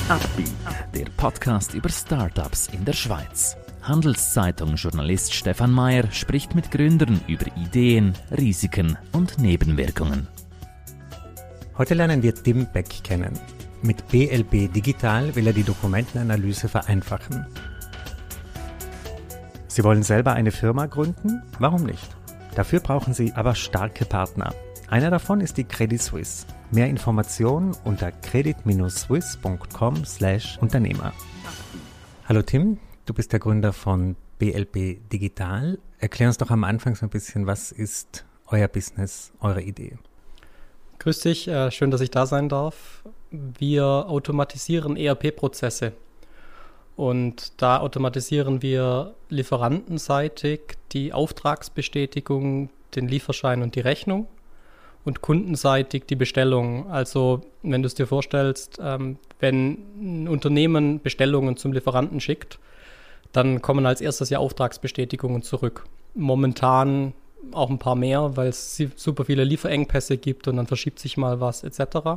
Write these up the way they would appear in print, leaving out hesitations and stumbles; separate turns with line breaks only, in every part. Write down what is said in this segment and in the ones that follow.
Upbeat, der Podcast über Startups in der Schweiz. Handelszeitung-Journalist Stefan Mayer spricht mit Gründern über Ideen, Risiken und Nebenwirkungen.
Heute lernen wir Tim Beck kennen. Mit BLB Digital will er die Dokumentenanalyse vereinfachen. Sie wollen selber eine Firma gründen? Warum nicht? Dafür brauchen Sie aber starke Partner. Einer davon ist die Credit Suisse. Mehr Informationen unter credit-suisse.com/Unternehmer. Hallo Tim, du bist der Gründer von BLB Digital. Erklär uns doch am Anfang so ein bisschen, was ist euer Business, eure Idee?
Grüß dich, schön, dass ich da sein darf. Wir automatisieren ERP-Prozesse und da automatisieren wir lieferantenseitig die Auftragsbestätigung, den Lieferschein und die Rechnung und kundenseitig die Bestellung. Also wenn du es dir vorstellst, wenn ein Unternehmen Bestellungen zum Lieferanten schickt, dann kommen als erstes ja Auftragsbestätigungen zurück. Momentan auch ein paar mehr, weil es super viele Lieferengpässe gibt und dann verschiebt sich mal was etc.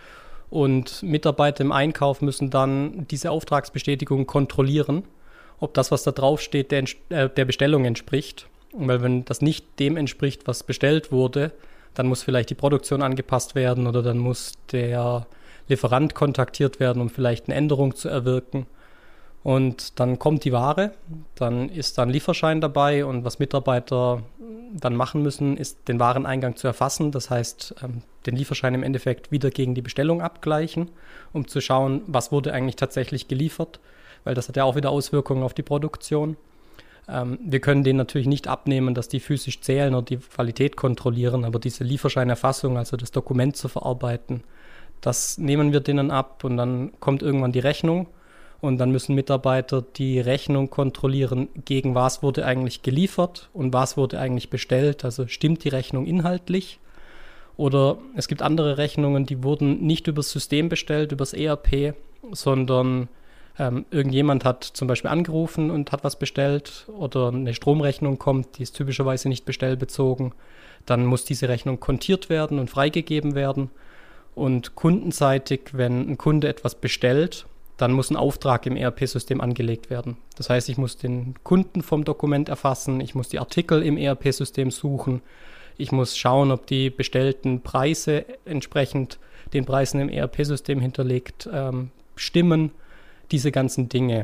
Und Mitarbeiter im Einkauf müssen dann diese Auftragsbestätigung kontrollieren, ob das, was da draufsteht, der Bestellung entspricht. Weil wenn das nicht dem entspricht, was bestellt wurde, dann muss vielleicht die Produktion angepasst werden oder dann muss der Lieferant kontaktiert werden, um vielleicht eine Änderung zu erwirken. Und dann kommt die Ware, dann ist da ein Lieferschein dabei und was Mitarbeiter dann machen müssen, ist den Wareneingang zu erfassen. Das heißt, den Lieferschein im Endeffekt wieder gegen die Bestellung abgleichen, um zu schauen, was wurde eigentlich tatsächlich geliefert, weil das hat ja auch wieder Auswirkungen auf die Produktion. Wir können denen natürlich nicht abnehmen, dass die physisch zählen oder die Qualität kontrollieren, aber diese Lieferscheinerfassung, also das Dokument zu verarbeiten, das nehmen wir denen ab und dann kommt irgendwann die Rechnung. Und dann müssen Mitarbeiter die Rechnung kontrollieren, gegen was wurde eigentlich geliefert und was wurde eigentlich bestellt. Also stimmt die Rechnung inhaltlich? Oder es gibt andere Rechnungen, die wurden nicht übers System bestellt, übers ERP, sondern irgendjemand hat zum Beispiel angerufen und hat was bestellt oder eine Stromrechnung kommt, die ist typischerweise nicht bestellbezogen. Dann muss diese Rechnung kontiert werden und freigegeben werden. Und kundenseitig, wenn ein Kunde etwas bestellt, dann muss ein Auftrag im ERP-System angelegt werden. Das heißt, ich muss den Kunden vom Dokument erfassen, ich muss die Artikel im ERP-System suchen, ich muss schauen, ob die bestellten Preise entsprechend den Preisen im ERP-System hinterlegt stimmen, diese ganzen Dinge.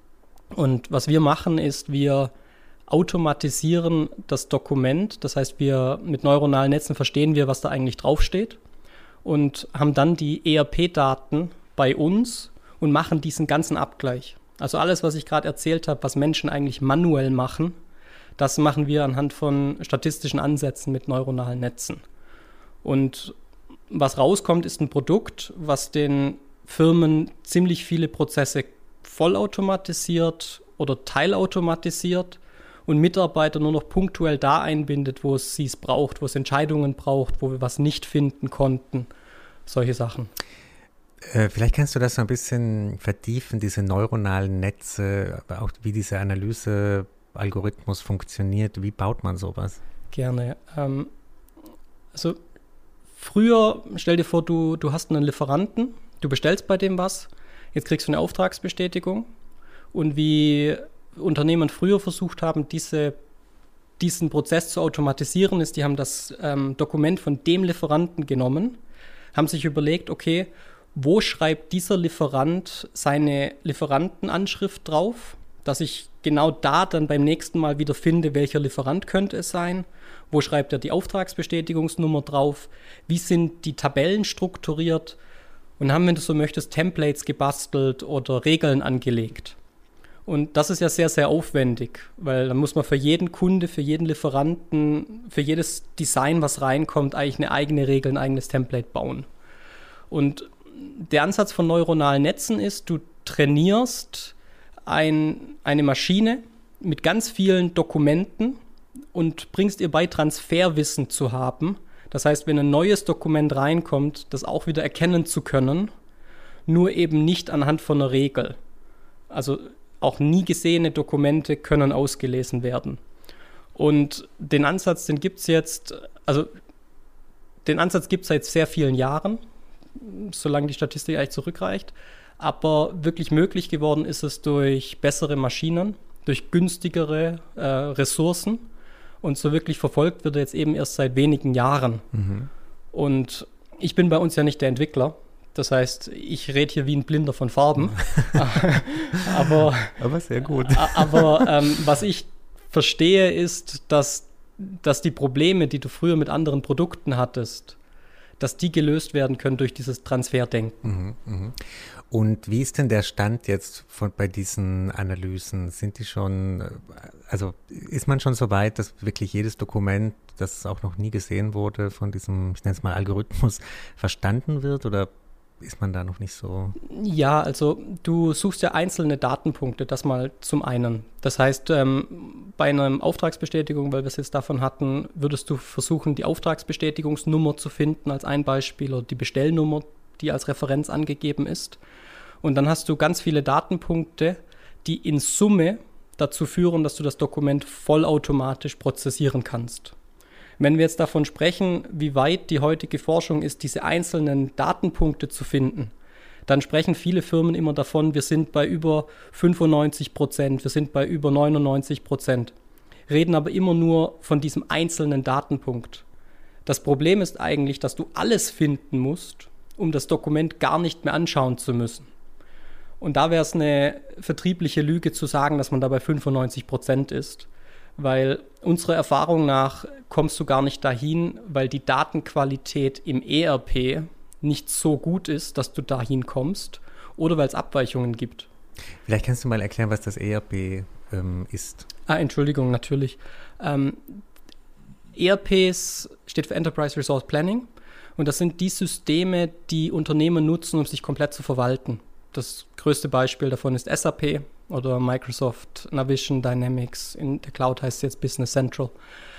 Und was wir machen, ist, wir automatisieren das Dokument, das heißt, wir mit neuronalen Netzen verstehen wir, was da eigentlich draufsteht und haben dann die ERP-Daten bei uns und machen diesen ganzen Abgleich. Also alles, was ich gerade erzählt habe, was Menschen eigentlich manuell machen, das machen wir anhand von statistischen Ansätzen mit neuronalen Netzen. Und was rauskommt, ist ein Produkt, was den Firmen ziemlich viele Prozesse vollautomatisiert oder teilautomatisiert und Mitarbeiter nur noch punktuell da einbindet, wo es sie braucht, wo es Entscheidungen braucht, wo wir was nicht finden konnten, solche Sachen.
Vielleicht kannst du das so ein bisschen vertiefen, diese neuronalen Netze, aber auch wie dieser Analyse-Algorithmus funktioniert. Wie baut man sowas?
Gerne. Also früher, stell dir vor, du hast einen Lieferanten, du bestellst bei dem was, jetzt kriegst du eine Auftragsbestätigung und wie Unternehmen früher versucht haben, diesen Prozess zu automatisieren, ist, die haben das Dokument von dem Lieferanten genommen, haben sich überlegt, okay, wo schreibt dieser Lieferant seine Lieferantenanschrift drauf, dass ich genau da dann beim nächsten Mal wieder finde, welcher Lieferant könnte es sein, wo schreibt er die Auftragsbestätigungsnummer drauf, wie sind die Tabellen strukturiert und haben, wenn du so möchtest, Templates gebastelt oder Regeln angelegt. Und das ist ja sehr, sehr aufwendig, weil dann muss man für jeden Kunde, für jeden Lieferanten, für jedes Design, was reinkommt, eigentlich eine eigene Regel, ein eigenes Template bauen. Und der Ansatz von neuronalen Netzen ist, du trainierst eine Maschine mit ganz vielen Dokumenten und bringst ihr bei, Transferwissen zu haben. Das heißt, wenn ein neues Dokument reinkommt, das auch wieder erkennen zu können, nur eben nicht anhand von einer Regel. Also auch nie gesehene Dokumente können ausgelesen werden. Und den Ansatz, den gibt es jetzt, also den Ansatz gibt es seit sehr vielen Jahren, solange die Statistik eigentlich zurückreicht. Aber wirklich möglich geworden ist es durch bessere Maschinen, durch günstigere Ressourcen. Und so wirklich verfolgt wird er jetzt eben erst seit wenigen Jahren. Und ich bin bei uns ja nicht der Entwickler. Das heißt, ich rede hier wie ein Blinder von Farben. aber
sehr gut.
Aber was ich verstehe, ist, dass die Probleme, die du früher mit anderen Produkten hattest, dass die gelöst werden können durch dieses Transferdenken.
Und wie ist denn der Stand jetzt bei diesen Analysen? Sind die schon, also ist man schon so weit, dass wirklich jedes Dokument, das auch noch nie gesehen wurde, von diesem, ich nenne es mal Algorithmus, verstanden wird, oder ist man da noch nicht so?
Ja, also du suchst ja einzelne Datenpunkte, das mal zum einen. Das heißt, bei einer Auftragsbestätigung, weil wir es jetzt davon hatten, würdest du versuchen, die Auftragsbestätigungsnummer zu finden als ein Beispiel oder die Bestellnummer, die als Referenz angegeben ist. Und dann hast du ganz viele Datenpunkte, die in Summe dazu führen, dass du das Dokument vollautomatisch prozessieren kannst. Wenn wir jetzt davon sprechen, wie weit die heutige Forschung ist, diese einzelnen Datenpunkte zu finden, dann sprechen viele Firmen immer davon, wir sind bei über 95%, wir sind bei über 99%, reden aber immer nur von diesem einzelnen Datenpunkt. Das Problem ist eigentlich, dass du alles finden musst, um das Dokument gar nicht mehr anschauen zu müssen. Und da wäre es eine vertriebliche Lüge zu sagen, dass man da bei 95% ist. Weil unserer Erfahrung nach kommst du gar nicht dahin, weil die Datenqualität im ERP nicht so gut ist, dass du dahin kommst, oder weil es Abweichungen gibt.
Vielleicht kannst du mal erklären, was das ERP ist.
Entschuldigung, natürlich. ERPs steht für Enterprise Resource Planning, und das sind die Systeme, die Unternehmen nutzen, um sich komplett zu verwalten. Das größte Beispiel davon ist SAP oder Microsoft Navision Dynamics. In der Cloud heißt es jetzt Business Central.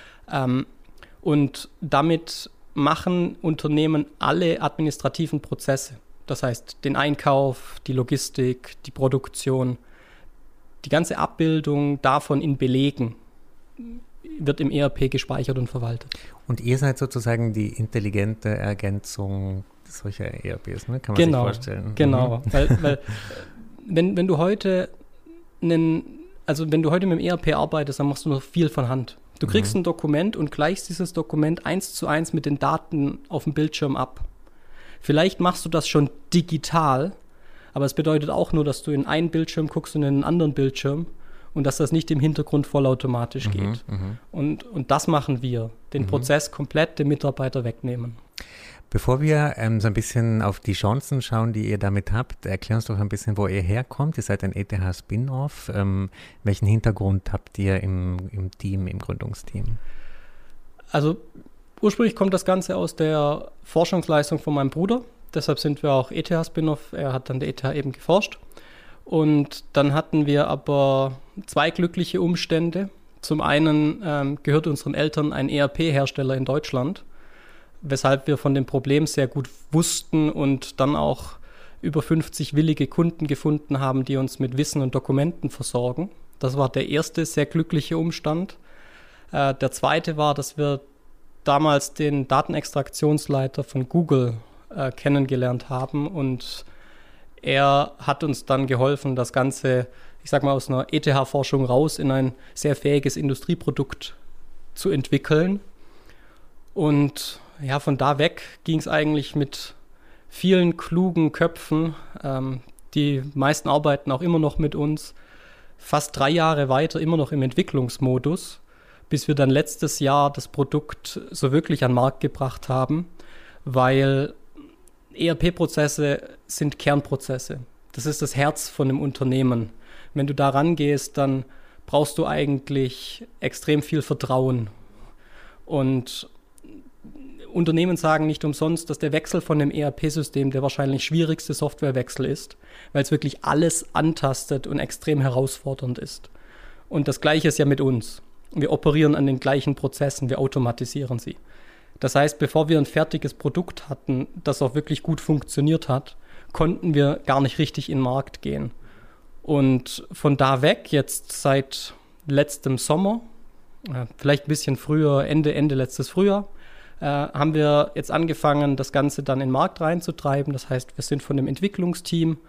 Und damit machen Unternehmen alle administrativen Prozesse. Das heißt, den Einkauf, die Logistik, die Produktion, die ganze Abbildung davon in Belegen wird im ERP gespeichert und verwaltet.
Und ihr seid sozusagen die intelligente Ergänzung solcher ERPs, ne? Kann man sich vorstellen.
Genau, weil wenn du heute wenn du heute mit dem ERP arbeitest, dann machst du nur viel von Hand. Du kriegst ein Dokument und gleichst dieses Dokument 1:1 mit den Daten auf dem Bildschirm ab. Vielleicht machst du das schon digital, aber es bedeutet auch nur, dass du in einen Bildschirm guckst und in einen anderen Bildschirm und dass das nicht im Hintergrund vollautomatisch geht. Und das machen wir, den Prozess komplett dem Mitarbeiter wegnehmen.
Bevor wir so ein bisschen auf die Chancen schauen, die ihr damit habt, erklär uns doch ein bisschen, wo ihr herkommt. Ihr seid ein ETH-Spin-Off. Welchen Hintergrund habt ihr im Team, im Gründungsteam?
Also ursprünglich kommt das Ganze aus der Forschungsleistung von meinem Bruder. Deshalb sind wir auch ETH-Spin-Off. Er hat an der ETH eben geforscht. Und dann hatten wir aber zwei glückliche Umstände. Zum einen gehört unseren Eltern ein ERP-Hersteller in Deutschland, weshalb wir von dem Problem sehr gut wussten und dann auch über 50 willige Kunden gefunden haben, die uns mit Wissen und Dokumenten versorgen. Das war der erste sehr glückliche Umstand. Der zweite war, dass wir damals den Datenextraktionsleiter von Google kennengelernt haben, und er hat uns dann geholfen, das Ganze, ich sag mal, aus einer ETH-Forschung raus in ein sehr fähiges Industrieprodukt zu entwickeln. Und ja, von da weg ging es eigentlich mit vielen klugen Köpfen. Die meisten arbeiten auch immer noch mit uns. Fast 3 Jahre weiter, immer noch im Entwicklungsmodus, bis wir dann letztes Jahr das Produkt so wirklich an den Markt gebracht haben, weil ERP-Prozesse sind Kernprozesse. Das ist das Herz von einem Unternehmen. Wenn du da rangehst, dann brauchst du eigentlich extrem viel Vertrauen. Und Unternehmen sagen nicht umsonst, dass der Wechsel von dem ERP-System der wahrscheinlich schwierigste Softwarewechsel ist, weil es wirklich alles antastet und extrem herausfordernd ist. Und das Gleiche ist ja mit uns. Wir operieren an den gleichen Prozessen, wir automatisieren sie. Das heißt, bevor wir ein fertiges Produkt hatten, das auch wirklich gut funktioniert hat, konnten wir gar nicht richtig in den Markt gehen. Und von da weg, jetzt seit letztem Sommer, vielleicht ein bisschen früher, Ende letztes Frühjahr, haben wir jetzt angefangen, das Ganze dann in den Markt reinzutreiben. Das heißt, wir sind von dem Entwicklungsteam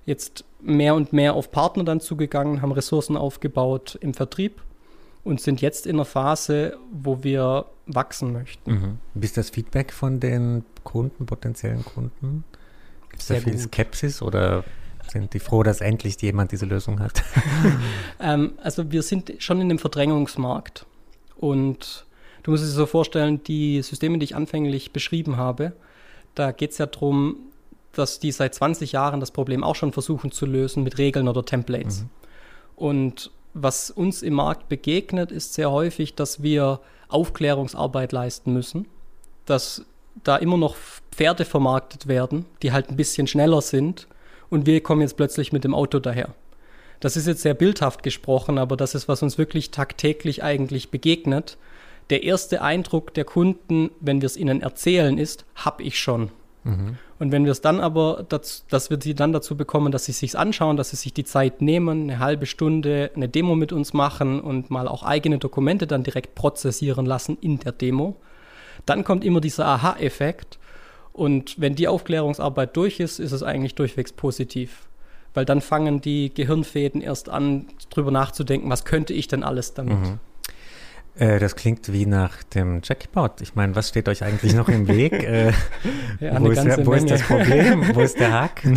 jetzt mehr und mehr auf Partner dann zugegangen, haben Ressourcen aufgebaut im Vertrieb und sind jetzt in einer Phase, wo wir wachsen möchten.
Wie ist das Feedback von den Kunden, potenziellen Kunden? Gibt es da viel Skepsis oder sind die froh, dass endlich jemand diese Lösung hat?
Also wir sind schon in dem Verdrängungsmarkt und du musst es dir so vorstellen, die Systeme, die ich anfänglich beschrieben habe, da geht es ja darum, dass die seit 20 Jahren das Problem auch schon versuchen zu lösen mit Regeln oder Templates. Und was uns im Markt begegnet, ist sehr häufig, dass wir Aufklärungsarbeit leisten müssen, dass da immer noch Pferde vermarktet werden, die halt ein bisschen schneller sind und wir kommen jetzt plötzlich mit dem Auto daher. Das ist jetzt sehr bildhaft gesprochen, aber das ist, was uns wirklich tagtäglich eigentlich begegnet. Der erste Eindruck der Kunden, wenn wir es ihnen erzählen, ist, habe ich schon. Und wenn wir es dann aber, dass wir sie dann dazu bekommen, dass sie es sich anschauen, dass sie sich die Zeit nehmen, eine halbe Stunde eine Demo mit uns machen und mal auch eigene Dokumente dann direkt prozessieren lassen in der Demo, dann kommt immer dieser Aha-Effekt. Und wenn die Aufklärungsarbeit durch ist, ist es eigentlich durchwegs positiv. Weil dann fangen die Gehirnfäden erst an, drüber nachzudenken, was könnte ich denn alles damit?
Das klingt wie nach dem Jackpot. Ich meine, was steht euch eigentlich noch im Weg?
Ja,
wo ist das Problem? Wo ist der Haken?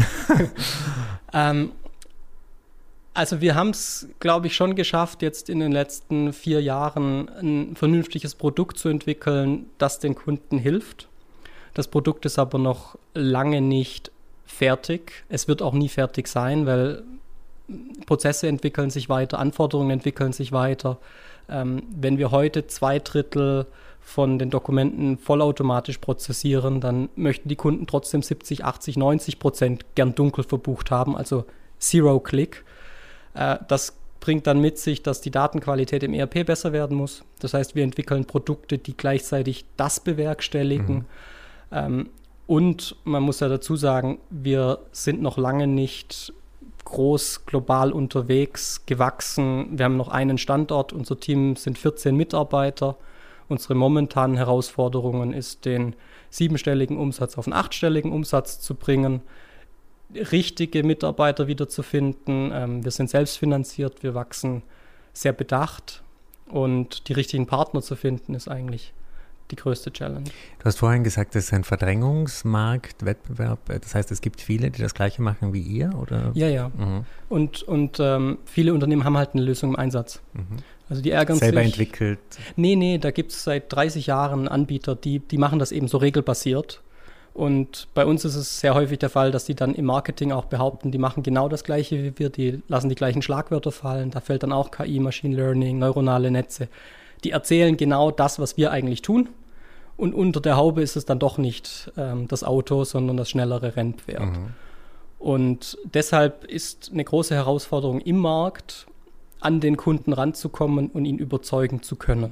Also wir haben es, glaube ich, schon geschafft, jetzt in den letzten 4 Jahren ein vernünftiges Produkt zu entwickeln, das den Kunden hilft. Das Produkt ist aber noch lange nicht fertig. Es wird auch nie fertig sein, weil Prozesse entwickeln sich weiter, Anforderungen entwickeln sich weiter. Wenn wir heute 2/3 von den Dokumenten vollautomatisch prozessieren, dann möchten die Kunden trotzdem 70, 80, 90% gern dunkel verbucht haben, also Zero-Click. Das bringt dann mit sich, dass die Datenqualität im ERP besser werden muss. Das heißt, wir entwickeln Produkte, die gleichzeitig das bewerkstelligen. Und man muss ja dazu sagen, wir sind noch lange nicht groß global unterwegs, gewachsen. Wir haben noch einen Standort, unser Team sind 14 Mitarbeiter. Unsere momentanen Herausforderungen ist, den 7-stelligen Umsatz auf einen 8-stelligen Umsatz zu bringen, richtige Mitarbeiter wiederzufinden. Wir sind selbstfinanziert, wir wachsen sehr bedacht und die richtigen Partner zu finden, ist eigentlich die größte Challenge.
Du hast vorhin gesagt, das ist ein Verdrängungsmarkt, Wettbewerb. Das heißt, es gibt viele, die das Gleiche machen wie ihr, oder?
Ja. Und viele Unternehmen haben halt eine Lösung im Einsatz. Also die ärgern
selber
sich.
Entwickelt?
Nee, da gibt es seit 30 Jahren Anbieter, die machen das eben so regelbasiert. Und bei uns ist es sehr häufig der Fall, dass die dann im Marketing auch behaupten, die machen genau das Gleiche wie wir, die lassen die gleichen Schlagwörter fallen. Da fällt dann auch KI, Machine Learning, neuronale Netze. Die erzählen genau das, was wir eigentlich tun. Und unter der Haube ist es dann doch nicht das Auto, sondern das schnellere Rennpferd. Und deshalb ist eine große Herausforderung im Markt, an den Kunden ranzukommen und ihn überzeugen zu können.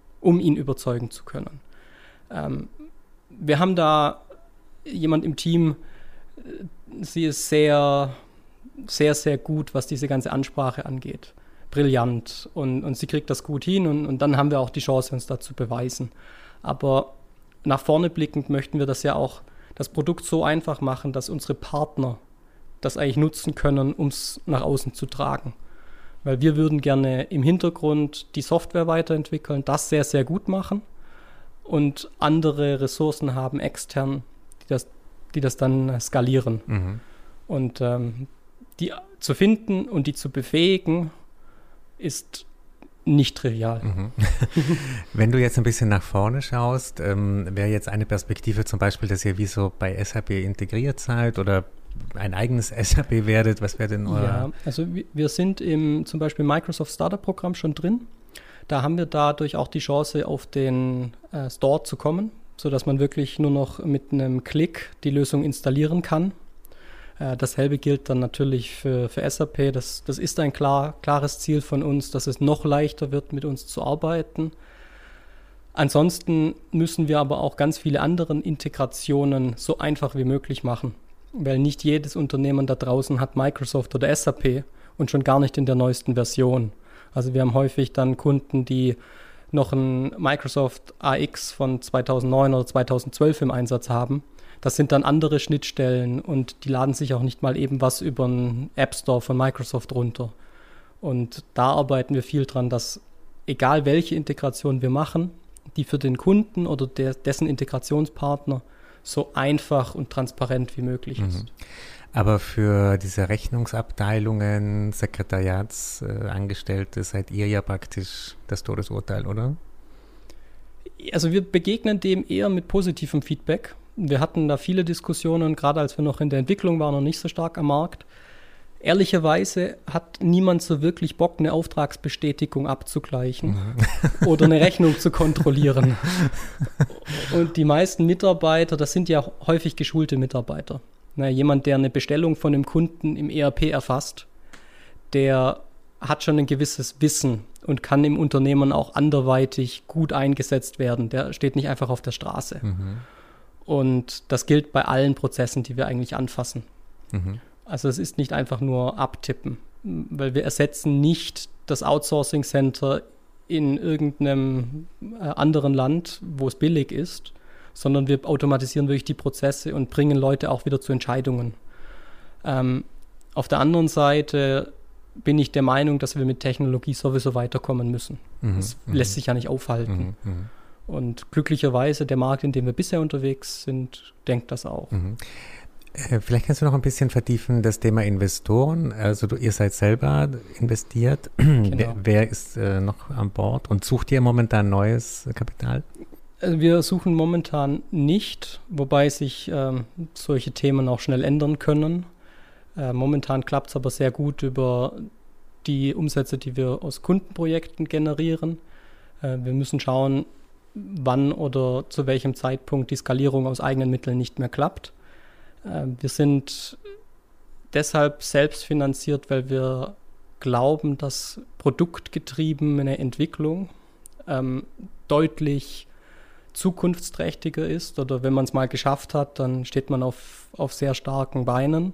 Wir haben da jemand im Team, sie ist sehr, sehr, sehr gut, was diese ganze Ansprache angeht. Brillant und sie kriegt das gut hin und dann haben wir auch die Chance, uns da zu beweisen. Aber nach vorne blickend möchten wir das ja auch, das Produkt so einfach machen, dass unsere Partner das eigentlich nutzen können, um es nach außen zu tragen. Weil wir würden gerne im Hintergrund die Software weiterentwickeln, das sehr, sehr gut machen und andere Ressourcen haben extern, die das dann skalieren. Und die zu finden und die zu befähigen, ist nicht trivial.
Wenn du jetzt ein bisschen nach vorne schaust, wäre jetzt eine Perspektive zum Beispiel, dass ihr wie so bei SAP integriert seid oder ein eigenes SAP werdet. Was wäre denn euer...
Ja, also wir sind im zum Beispiel Microsoft Startup-Programm schon drin. Da haben wir dadurch auch die Chance, auf den Store zu kommen, sodass man wirklich nur noch mit einem Klick die Lösung installieren kann. Dasselbe gilt dann natürlich für SAP. Das ist ein klares Ziel von uns, dass es noch leichter wird, mit uns zu arbeiten. Ansonsten müssen wir aber auch ganz viele andere Integrationen so einfach wie möglich machen, weil nicht jedes Unternehmen da draußen hat Microsoft oder SAP und schon gar nicht in der neuesten Version. Also wir haben häufig dann Kunden, die noch ein Microsoft AX von 2009 oder 2012 im Einsatz haben. Das sind dann andere Schnittstellen und die laden sich auch nicht mal eben was über einen App Store von Microsoft runter. Und da arbeiten wir viel dran, dass egal welche Integration wir machen, die für den Kunden oder dessen Integrationspartner so einfach und transparent wie möglich ist.
Aber für diese Rechnungsabteilungen, Sekretariatsangestellte seid ihr ja praktisch das Todesurteil, oder?
Also wir begegnen dem eher mit positivem Feedback. Wir hatten da viele Diskussionen, gerade als wir noch in der Entwicklung waren und nicht so stark am Markt. Ehrlicherweise hat niemand so wirklich Bock, eine Auftragsbestätigung abzugleichen oder eine Rechnung zu kontrollieren. Und die meisten Mitarbeiter, das sind ja häufig geschulte Mitarbeiter. Jemand, der eine Bestellung von einem Kunden im ERP erfasst, der hat schon ein gewisses Wissen und kann im Unternehmen auch anderweitig gut eingesetzt werden. Der steht nicht einfach auf der Straße. Und das gilt bei allen Prozessen, die wir eigentlich anfassen. Also es ist nicht einfach nur abtippen, weil wir ersetzen nicht das Outsourcing Center in irgendeinem anderen Land, wo es billig ist, sondern wir automatisieren wirklich die Prozesse und bringen Leute auch wieder zu Entscheidungen. Auf der anderen Seite bin ich der Meinung, dass wir mit Technologie sowieso weiterkommen müssen. Das lässt sich ja nicht aufhalten. Und glücklicherweise der Markt, in dem wir bisher unterwegs sind, denkt das auch.
Vielleicht kannst du noch ein bisschen vertiefen das Thema Investoren. Also ihr seid selber investiert.
Genau.
Wer ist noch an Bord und sucht ihr momentan neues Kapital?
Wir suchen momentan nicht, wobei sich solche Themen auch schnell ändern können. Momentan klappt es aber sehr gut über die Umsätze, die wir aus Kundenprojekten generieren. Wir müssen schauen, wann oder zu welchem Zeitpunkt die Skalierung aus eigenen Mitteln nicht mehr klappt. Wir sind deshalb selbstfinanziert, weil wir glauben, dass produktgetriebene Entwicklung deutlich zukunftsträchtiger ist, oder wenn man es mal geschafft hat, dann steht man auf sehr starken Beinen.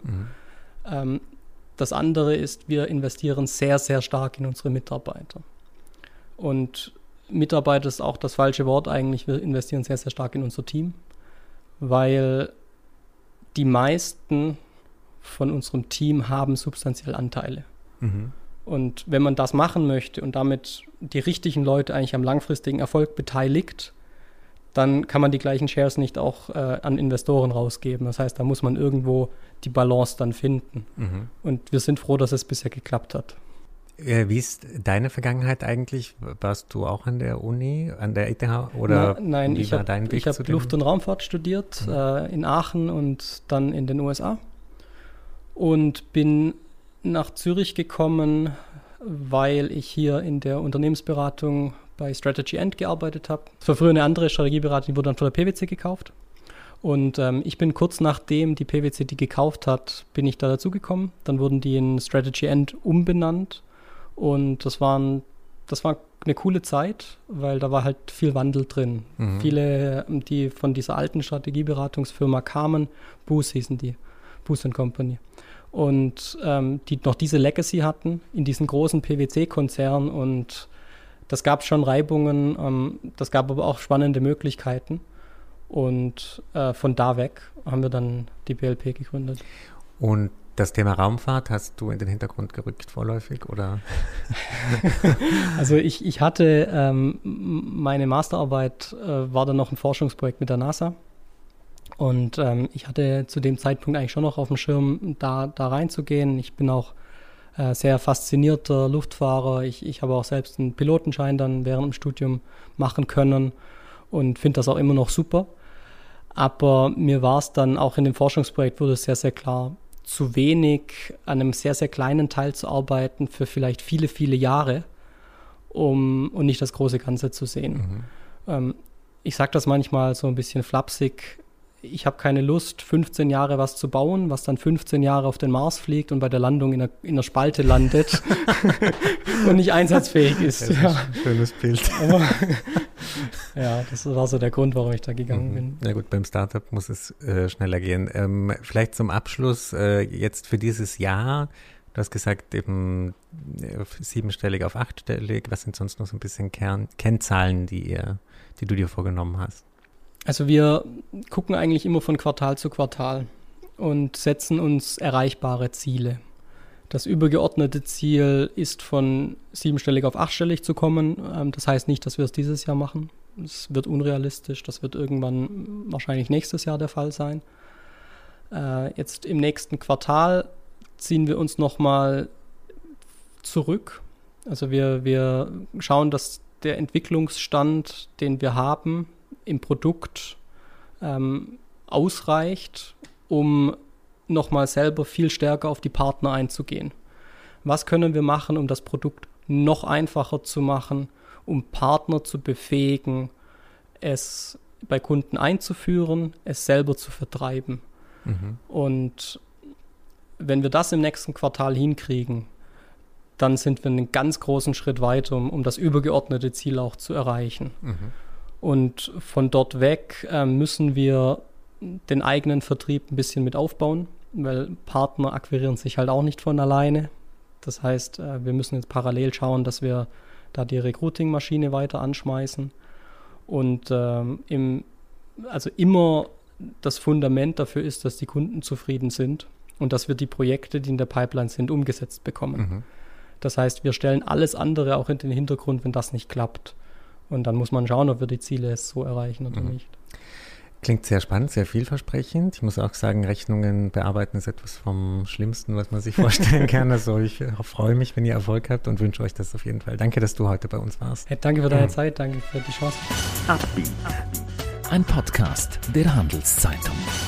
Das andere ist, wir investieren sehr, sehr stark in unsere Mitarbeiter. Und Mitarbeiter ist auch das falsche Wort eigentlich. Wir investieren sehr, sehr stark in unser Team, weil die meisten von unserem Team haben substanziell Anteile. Und wenn man das machen möchte und damit die richtigen Leute eigentlich am langfristigen Erfolg beteiligt, dann kann man die gleichen Shares nicht auch an Investoren rausgeben. Das heißt, da muss man irgendwo die Balance dann finden. Und wir sind froh, dass es bisher geklappt hat.
Wie ist deine Vergangenheit eigentlich? Warst du auch an der Uni, an der ETH? Oder
nein, ich habe Luft- und Raumfahrt studiert in Aachen und dann in den USA. Und bin nach Zürich gekommen, weil ich hier in der Unternehmensberatung bei Strategy End gearbeitet habe. Das war früher eine andere Strategieberatung, die wurde dann von der PwC gekauft. Und ich bin kurz nachdem die PwC die gekauft hat, bin ich da dazugekommen. Dann wurden die in Strategy End umbenannt. Und das war eine coole Zeit, weil da war halt viel Wandel drin. Viele, die von dieser alten Strategieberatungsfirma kamen, Booz hießen die, Booz & Company. Und die noch diese Legacy hatten in diesen großen PwC-Konzern. Und das gab schon Reibungen, das gab aber auch spannende Möglichkeiten. Und von da weg haben wir dann die BLP gegründet.
Und das Thema Raumfahrt hast du in den Hintergrund gerückt vorläufig, oder?
Also ich hatte meine Masterarbeit, war dann noch ein Forschungsprojekt mit der NASA. Und ich hatte zu dem Zeitpunkt eigentlich schon noch auf dem Schirm, da reinzugehen. Ich bin auch sehr faszinierter Luftfahrer. Ich habe auch selbst einen Pilotenschein dann während dem Studium machen können und finde das auch immer noch super. Aber mir war es dann auch in dem Forschungsprojekt, wurde es sehr, sehr klar, zu wenig an einem sehr, sehr kleinen Teil zu arbeiten für vielleicht viele, viele Jahre, und nicht das große Ganze zu sehen. Ich sage das manchmal so ein bisschen flapsig. Ich habe keine Lust, 15 Jahre was zu bauen, was dann 15 Jahre auf den Mars fliegt und bei der Landung in der Spalte landet und nicht einsatzfähig ist.
Ja. Ein schönes Bild.
Aber, ja, das war so der Grund, warum ich da gegangen bin.
Na gut, beim Startup muss es schneller gehen. Vielleicht zum Abschluss, jetzt für dieses Jahr, du hast gesagt, eben 7-stellig auf 8-stellig. Was sind sonst noch so ein bisschen Kennzahlen, die du dir vorgenommen hast?
Also wir gucken eigentlich immer von Quartal zu Quartal und setzen uns erreichbare Ziele. Das übergeordnete Ziel ist, von 7-stellig auf 8-stellig zu kommen. Das heißt nicht, dass wir es dieses Jahr machen. Es wird unrealistisch. Das wird irgendwann wahrscheinlich nächstes Jahr der Fall sein. Jetzt im nächsten Quartal ziehen wir uns nochmal zurück. Also wir schauen, dass der Entwicklungsstand, den wir haben im Produkt, ausreicht, um nochmal selber viel stärker auf die Partner einzugehen. Was können wir machen, um das Produkt noch einfacher zu machen, um Partner zu befähigen, es bei Kunden einzuführen, es selber zu vertreiben. Und wenn wir das im nächsten Quartal hinkriegen, dann sind wir einen ganz großen Schritt weiter, um das übergeordnete Ziel auch zu erreichen. Und von dort weg müssen wir den eigenen Vertrieb ein bisschen mit aufbauen, weil Partner akquirieren sich halt auch nicht von alleine. Das heißt, wir müssen jetzt parallel schauen, dass wir da die Recruiting-Maschine weiter anschmeißen und also immer das Fundament dafür ist, dass die Kunden zufrieden sind und dass wir die Projekte, die in der Pipeline sind, umgesetzt bekommen. Das heißt, wir stellen alles andere auch in den Hintergrund, wenn das nicht klappt. Und dann muss man schauen, ob wir die Ziele so erreichen oder nicht.
Klingt sehr spannend, sehr vielversprechend. Ich muss auch sagen, Rechnungen bearbeiten ist etwas vom Schlimmsten, was man sich vorstellen kann. Also ich freue mich, wenn ihr Erfolg habt und wünsche euch das auf jeden Fall. Danke, dass du heute bei uns warst.
Hey, danke für deine Zeit, danke für die Chance.
Upbeat, ein Podcast der Handelszeitung.